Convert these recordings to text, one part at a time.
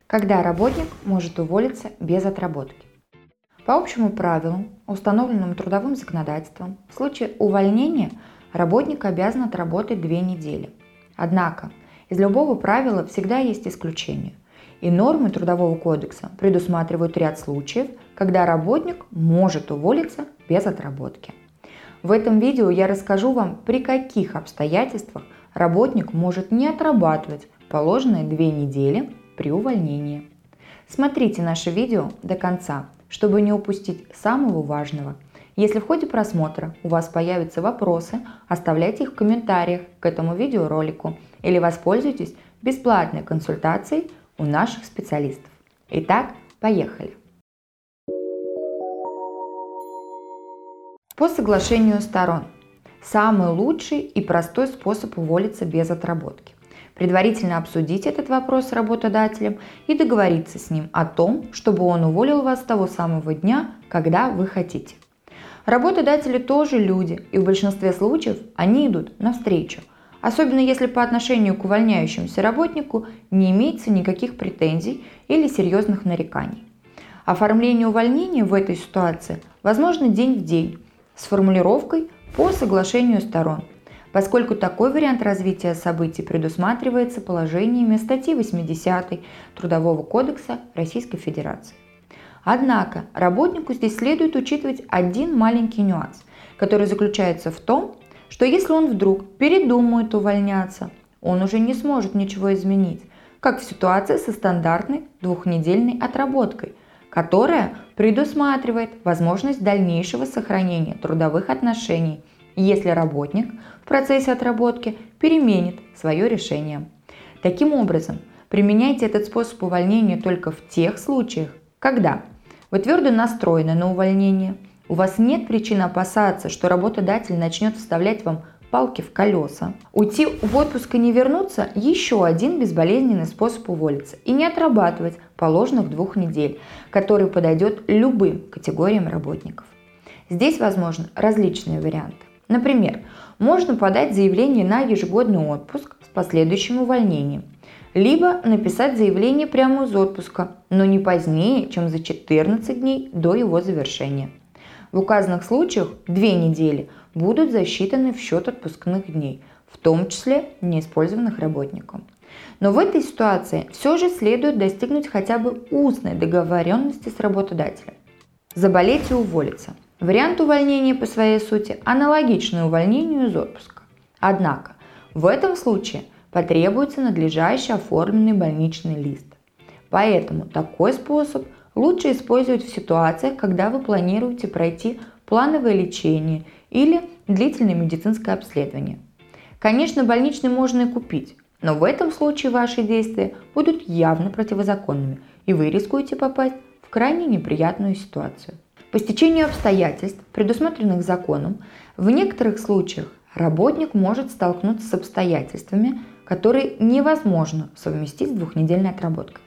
Когда работник может уволиться без отработки? По общему правилу, установленному трудовым законодательством, в случае увольнения работник обязан отработать 2 недели. Однако, из любого правила всегда есть исключения, и нормы Трудового кодекса предусматривают ряд случаев, когда работник может уволиться без отработки. В этом видео я расскажу вам, при каких обстоятельствах работник может не отрабатывать положенные 2 недели при увольнении. Смотрите наше видео до конца, чтобы не упустить самого важного. Если в ходе просмотра у вас появятся вопросы, оставляйте их в комментариях к этому видеоролику или воспользуйтесь бесплатной консультацией у наших специалистов. Итак, поехали! По соглашению сторон. Самый лучший и простой способ уволиться без отработки. Предварительно обсудить этот вопрос с работодателем и договориться с ним о том, чтобы он уволил вас с того самого дня, когда вы хотите. Работодатели тоже люди, и в большинстве случаев они идут навстречу, особенно если по отношению к увольняющемуся работнику не имеется никаких претензий или серьезных нареканий. Оформление увольнения в этой ситуации возможно день в день с формулировкой «по соглашению сторон», поскольку такой вариант развития событий предусматривается положениями статьи 80 Трудового кодекса Российской Федерации. Однако работнику здесь следует учитывать один маленький нюанс, который заключается в том, что если он вдруг передумает увольняться, он уже не сможет ничего изменить, как в ситуации со стандартной 2-недельной отработкой, которая предусматривает возможность дальнейшего сохранения трудовых отношений, если работник в процессе отработки переменит свое решение. Таким образом, применяйте этот способ увольнения только в тех случаях, когда вы твердо настроены на увольнение, у вас нет причин опасаться, что работодатель начнет вставлять вам палки в колеса. Уйти в отпуск и не вернуться – еще один безболезненный способ уволиться и не отрабатывать положенных 2 недель, который подойдет любым категориям работников. Здесь возможны различные варианты. Например, можно подать заявление на ежегодный отпуск с последующим увольнением, либо написать заявление прямо из отпуска, но не позднее, чем за 14 дней до его завершения. В указанных случаях 2 недели будут засчитаны в счет отпускных дней, в том числе неиспользованных работником. Но в этой ситуации все же следует достигнуть хотя бы устной договоренности с работодателем. Заболеть и уволиться. Вариант увольнения по своей сути аналогичный увольнению из отпуска. Однако в этом случае потребуется надлежащий оформленный больничный лист. Поэтому такой способ лучше использовать в ситуациях, когда вы планируете пройти плановое лечение или длительное медицинское обследование. Конечно, больничный можно и купить, но в этом случае ваши действия будут явно противозаконными, и вы рискуете попасть в крайне неприятную ситуацию. По стечению обстоятельств, предусмотренных законом, в некоторых случаях работник может столкнуться с обстоятельствами, которые невозможно совместить с 2-недельной отработкой.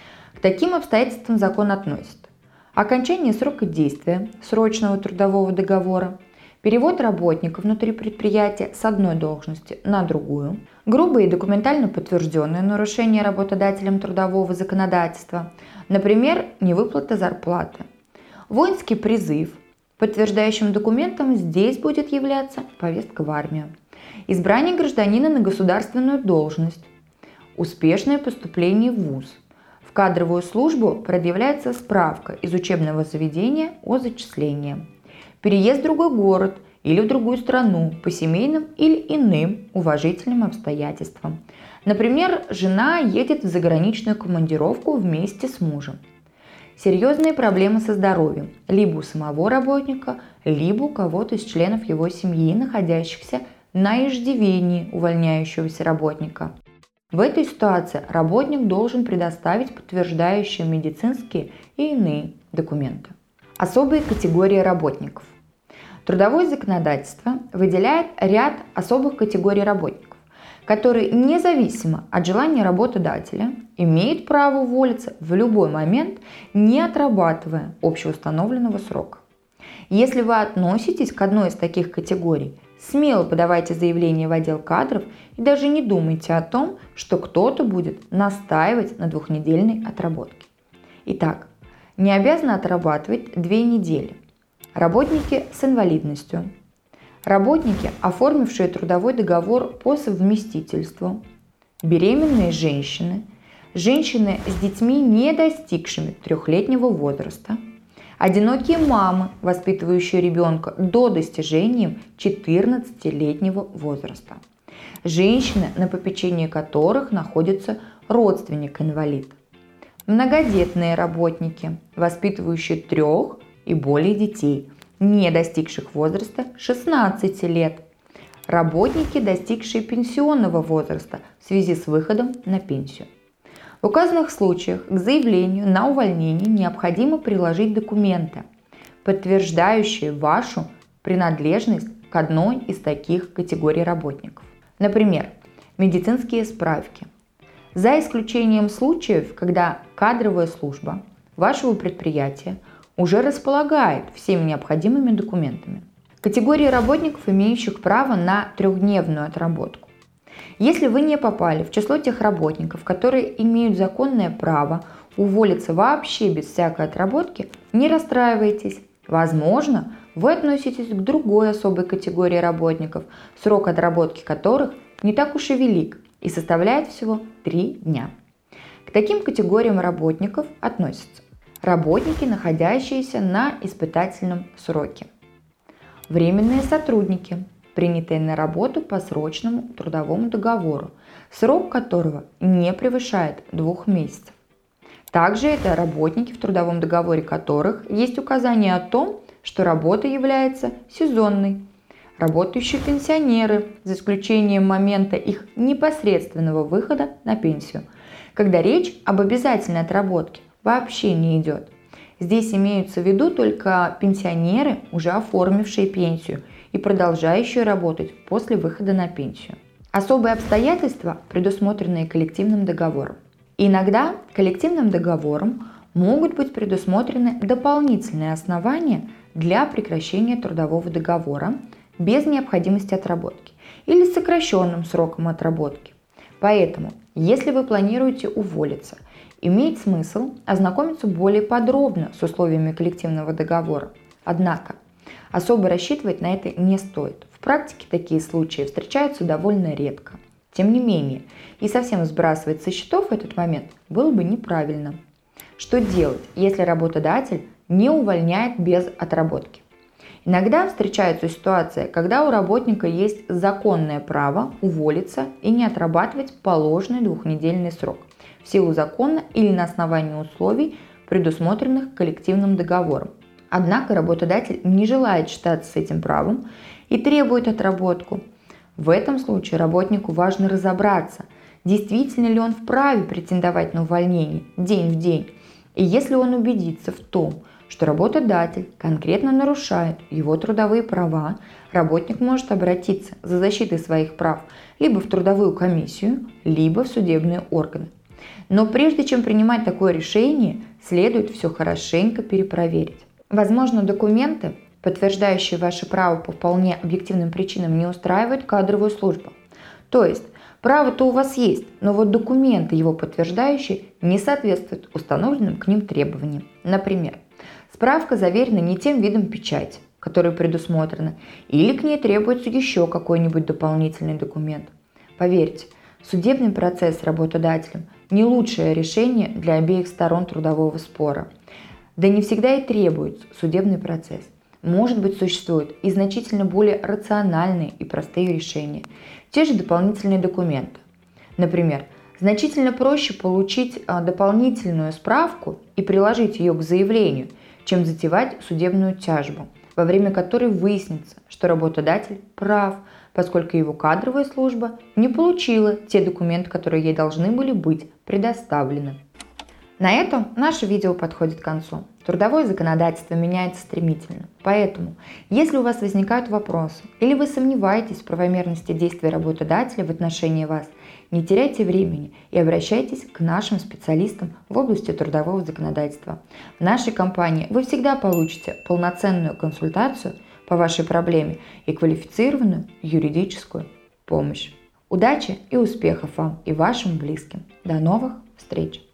К таким обстоятельствам закон относит окончание срока действия срочного трудового договора, перевод работника внутри предприятия с одной должности на другую, грубые и документально подтвержденные нарушения работодателем трудового законодательства, например, невыплата зарплаты. Воинский призыв. Подтверждающим документом здесь будет являться повестка в армию. Избрание гражданина на государственную должность. Успешное поступление в вуз. В кадровую службу предъявляется справка из учебного заведения о зачислении. Переезд в другой город или в другую страну по семейным или иным уважительным обстоятельствам. Например, жена едет в заграничную командировку вместе с мужем. Серьезные проблемы со здоровьем либо у самого работника, либо у кого-то из членов его семьи, находящихся на иждивении увольняющегося работника. В этой ситуации работник должен предоставить подтверждающие медицинские и иные документы. Особые категории работников. Трудовое законодательство выделяет ряд особых категорий работников, которые независимо от желания работодателя имеют право уволиться в любой момент, не отрабатывая общеустановленного срока. Если вы относитесь к одной из таких категорий, смело подавайте заявление в отдел кадров и даже не думайте о том, что кто-то будет настаивать на двухнедельной отработке. Итак, не обязаны отрабатывать 2 недели. Работники с инвалидностью, работники, оформившие трудовой договор по совместительству, беременные женщины, женщины с детьми, не достигшими 3-летнего возраста, одинокие мамы, воспитывающие ребенка до достижения 14-летнего возраста, женщины, на попечении которых находится родственник-инвалид, многодетные работники, воспитывающие 3 и более детей, не достигших возраста 16 лет, работники, достигшие пенсионного возраста в связи с выходом на пенсию. В указанных случаях к заявлению на увольнение необходимо приложить документы, подтверждающие вашу принадлежность к одной из таких категорий работников. Например, медицинские справки. За исключением случаев, когда кадровая служба вашего предприятия уже располагает всеми необходимыми документами. Категории работников, имеющих право на 3-дневную отработку. Если вы не попали в число тех работников, которые имеют законное право уволиться вообще без всякой отработки, не расстраивайтесь. Возможно, вы относитесь к другой особой категории работников, срок отработки которых не так уж и велик и составляет всего 3 дня. К таким категориям работников относятся работники, находящиеся на испытательном сроке, временные сотрудники, принятые на работу по срочному трудовому договору, срок которого не превышает 2 месяцев. Также это работники, в трудовом договоре которых есть указание о том, что работа является сезонной, работающие пенсионеры, за исключением момента их непосредственного выхода на пенсию, когда речь об обязательной отработке вообще не идет. Здесь имеются в виду только пенсионеры, уже оформившие пенсию и продолжающие работать после выхода на пенсию. Особые обстоятельства, предусмотренные коллективным договором. Иногда коллективным договором могут быть предусмотрены дополнительные основания для прекращения трудового договора без необходимости отработки или с сокращенным сроком отработки. Поэтому, если вы планируете уволиться, имеет смысл ознакомиться более подробно с условиями коллективного договора. Однако, особо рассчитывать на это не стоит. В практике такие случаи встречаются довольно редко. Тем не менее, и совсем сбрасывать со счетов этот момент было бы неправильно. Что делать, если работодатель не увольняет без отработки? Иногда встречается ситуация, когда у работника есть законное право уволиться и не отрабатывать положенный 2-недельный срок в силу закона или на основании условий, предусмотренных коллективным договором. Однако работодатель не желает считаться с этим правом и требует отработку. В этом случае работнику важно разобраться, действительно ли он вправе претендовать на увольнение день в день. И если он убедится в том, что работодатель конкретно нарушает его трудовые права, работник может обратиться за защитой своих прав либо в трудовую комиссию, либо в судебные органы. Но прежде чем принимать такое решение, следует все хорошенько перепроверить. Возможно, документы, подтверждающие ваше право по вполне объективным причинам, не устраивают кадровую службу. То есть, право-то у вас есть, но вот документы, его подтверждающие, не соответствуют установленным к ним требованиям. Например, справка заверена не тем видом печати, который предусмотрено, или к ней требуется еще какой-нибудь дополнительный документ. Поверьте, судебный процесс с работодателем – не лучшее решение для обеих сторон трудового спора. Да не всегда и требуется судебный процесс. Может быть, существуют и значительно более рациональные и простые решения. Те же дополнительные документы. Например, значительно проще получить дополнительную справку и приложить ее к заявлению, чем затевать судебную тяжбу, во время которой выяснится, что работодатель прав, поскольку его кадровая служба не получила те документы, которые ей должны были быть предоставлены. На этом наше видео подходит к концу. Трудовое законодательство меняется стремительно, поэтому, если у вас возникают вопросы или вы сомневаетесь в правомерности действий работодателя в отношении вас, не теряйте времени и обращайтесь к нашим специалистам в области трудового законодательства. В нашей компании вы всегда получите полноценную консультацию по вашей проблеме и квалифицированную юридическую помощь. Удачи и успехов вам и вашим близким. До новых встреч!